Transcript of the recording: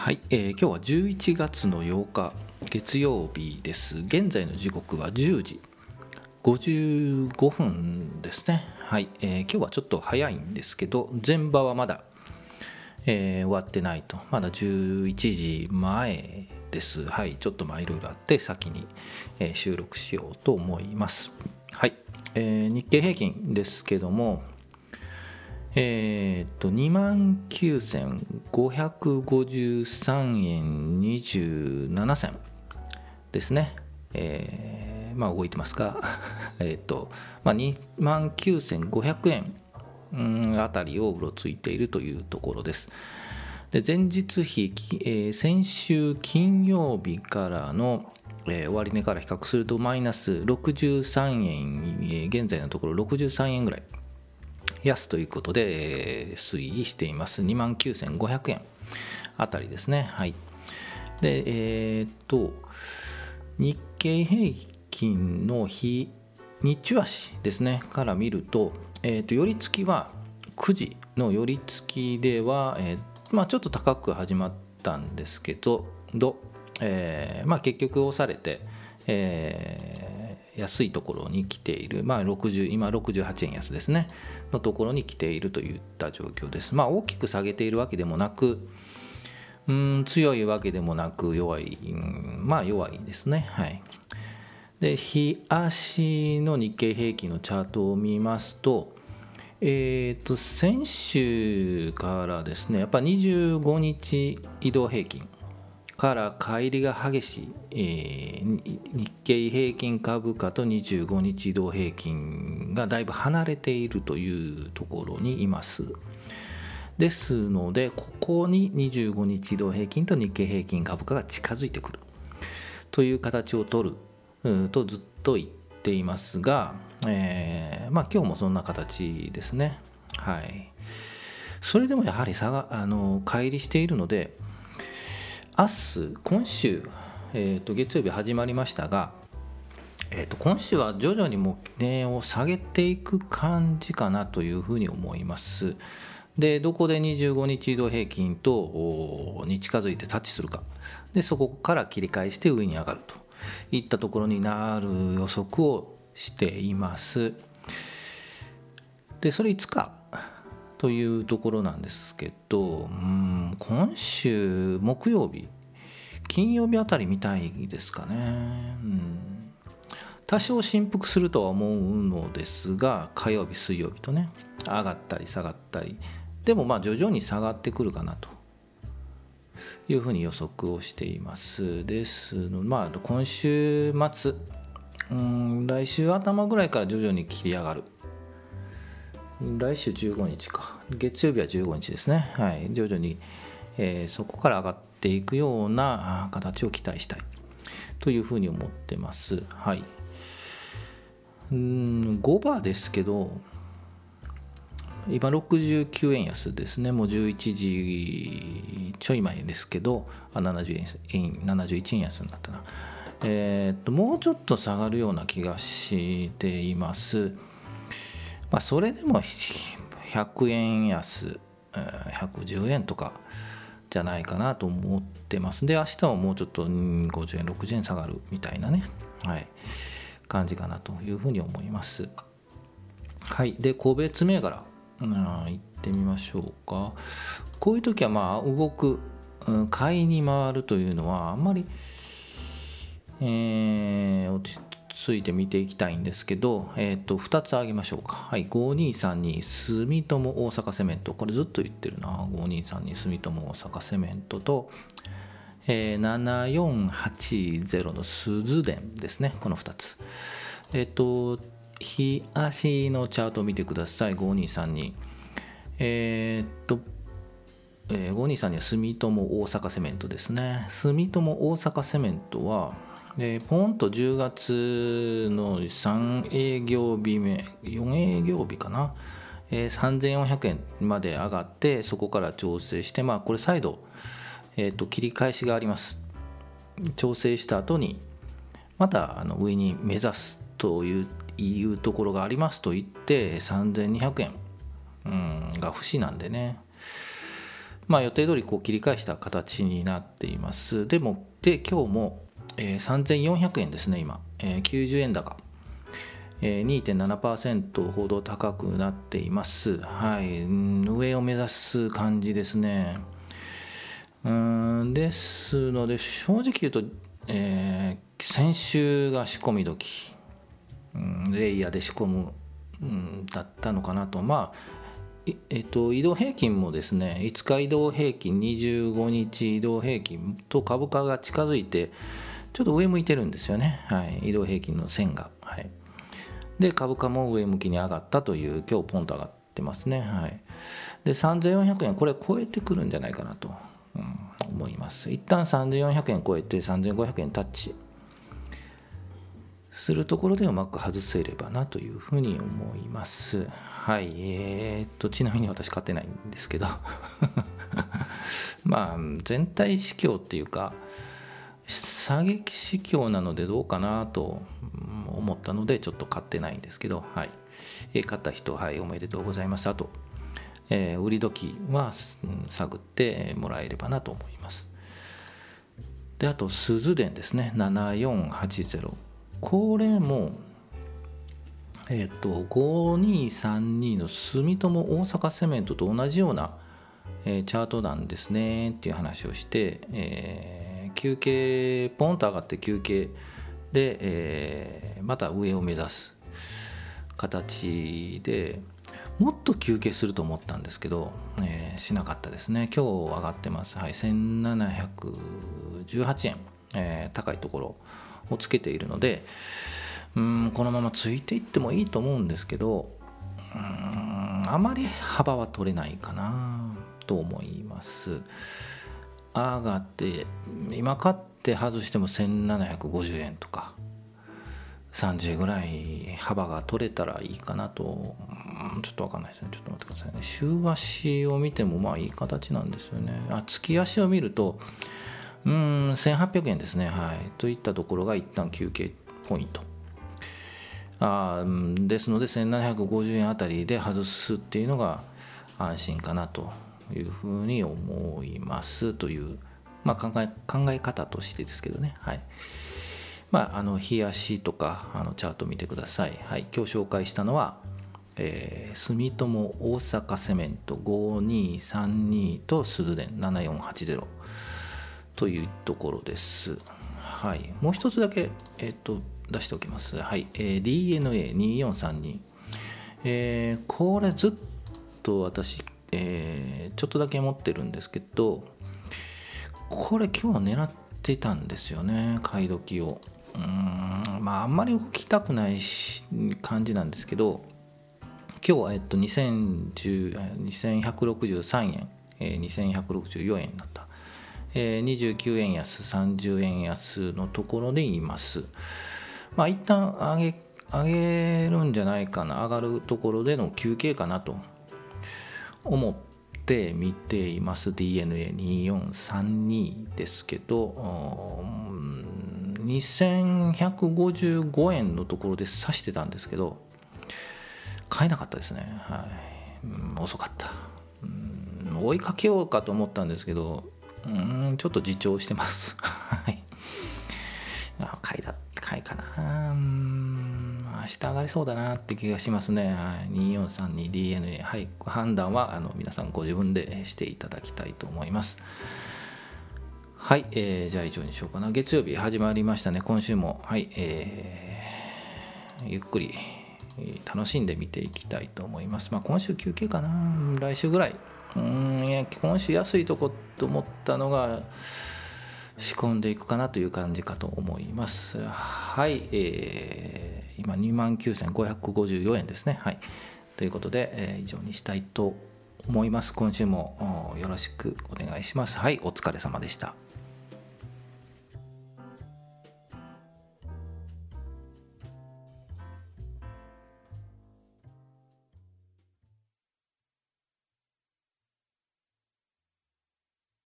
はい、今日は11月の8日月曜日です。現在の時刻は10時55分ですね。はい、今日はちょっと早いんですけど、前場はまだ、終わってないと。まだ11時前です。はい、ちょっといろいろあって先に、収録しようと思います。はい、日経平均ですけども、29,553円27銭ですね。動いてますか29,500円あたりをうろついているというところです。で、前日比、先週金曜日からの終値から比較するとマイナス63円、現在のところ63円ぐらい安ということで、推移しています。29,500円あたりですね。はい。で、日経平均の日中足ですねから見ると、寄り付きは9時の寄り付きでは、ちょっと高く始まったんですけど、結局押されて、安いところに来ている、今68円安ですねのところに来ているといった状況です。大きく下げているわけでもなく、強いわけでもなく弱い、弱いですね。はい。で、日足の日経平均のチャートを見ますと、先週からですね、やっぱ25日移動平均から乖離が激しい、日経平均株価と25日移動平均がだいぶ離れているというところにいます。ですので、ここに25日移動平均と日経平均株価が近づいてくるという形を取るとずっと言っていますが、今日もそんな形ですね。はい。それでもやはり乖離しているので、今週、月曜日始まりましたが、今週は徐々にも値を下げていく感じかなというふうに思います。で、どこで25日移動平均に近づいてタッチするかで、そこから切り返して上に上がるといったところになる予測をしています。で、それいつかというところなんですけど、今週木曜日金曜日あたりみたいですかね。多少振幅するとは思うのですが、火曜日水曜日とね、上がったり下がったり、でも徐々に下がってくるかなというふうに予測をしています。ですので、今週末、来週頭ぐらいから徐々に切り上がる。来週15日か、月曜日は15日ですね。はい、徐々に、そこから上がっていくような形を期待したいというふうに思ってます。はい。5バーですけど、今69円安ですね。もう11時ちょい前ですけど、71円安になったな。もうちょっと下がるような気がしています。それでも100円安、110円とかじゃないかなと思ってます。で、明日はもうちょっと50円60円下がるみたいなね、はい、感じかなというふうに思います。はい。で、個別銘柄行ってみましょうか。こういう時は動く、買いに回るというのはあんまり、落ち着いて見ていきたいんですけど、2つ挙げましょうか。はい。5232住友大阪セメント、これずっと言ってるな。5232住友大阪セメントと、7480の鈴電ですね。この2つ。日足のチャートを見てください。5232。5232は住友大阪セメントですね。住友大阪セメントは、ポンと10月の3営業日目、4営業日かな、3400円まで上がって、そこから調整して、これ再度、切り返しがあります。調整した後にまた上に目指すというところがありますと言って、3200円が節なんでね、 予定通り切り返した形になっています。で今日も、3400円ですね今、90円高、2.7% ほど高くなっています。上を目指す感じですね。ですので正直言うと、先週が仕込み時、レイヤーで仕込む、だったのかなと。移動平均もですね、5日移動平均、25日移動平均と株価が近づいてちょっと上向いてるんですよね。移動平均の線が、で株価も上向きに上がったという、今日ポンと上がってますね。で3400円これ超えてくるんじゃないかなと、思います。一旦3400円超えて3500円タッチするところでうまく外せればなというふうに思います。ちなみに私買ってないんですけど全体指標っていうか下げ指標なのでどうかなと思ったのでちょっと買ってないんですけど、買った人、おめでとうございます。あと、売り時は探ってもらえればなと思います。であと鈴電ですね、7480、これも5232の住友大阪セメントと同じような、チャートなんですねっていう話をして、休憩ポンと上がって休憩で、また上を目指す形で、もっと休憩すると思ったんですけど、しなかったですね。今日上がってます。1718円、高いところをつけているので、このままついていってもいいと思うんですけど、あまり幅は取れないかなと思います。上がって今買って外しても1750円とか30ぐらい幅が取れたらいいかなと。ちょっと分かんないですね。ちょっと待ってくださいね。週足を見てもいい形なんですよね。月足を見ると1800円ですね。といったところが一旦休憩ポイントですので、1750円あたりで外すっていうのが安心かなというふうに思いますという、考え方としてですけどね。日足とかチャート見てください。今日紹介したのは、住友大阪セメント5232と鈴電7480というところです。もう一つだけ、出しておきます。DNA2432、これずっと私、ちょっとだけ持ってるんですけど、これ今日は狙ってたんですよね、買い時を。あんまり動きたくない感じなんですけど、今日は2163円、2164円になった、29円安30円安のところでいます。一旦上げるんじゃないかな、上がるところでの休憩かなと思って見ています。 DNA2432 ですけど、2155円のところで指してたんですけど買えなかったですね。遅かった。追いかけようかと思ったんですけど、ちょっと自重してます買いかな。明日上がりそうだなって気がしますね。2432DNA、判断は皆さんご自分でしていただきたいと思います。じゃあ以上にしようかな。月曜日始まりましたね。今週もゆっくり楽しんで見ていきたいと思います。今週休憩かな。来週ぐらい。今週安いとこと思ったのが仕込んでいくかなという感じかと思います。今29,554円ですね。ということで、以上にしたいと思います。今週もよろしくお願いします。お疲れ様でした。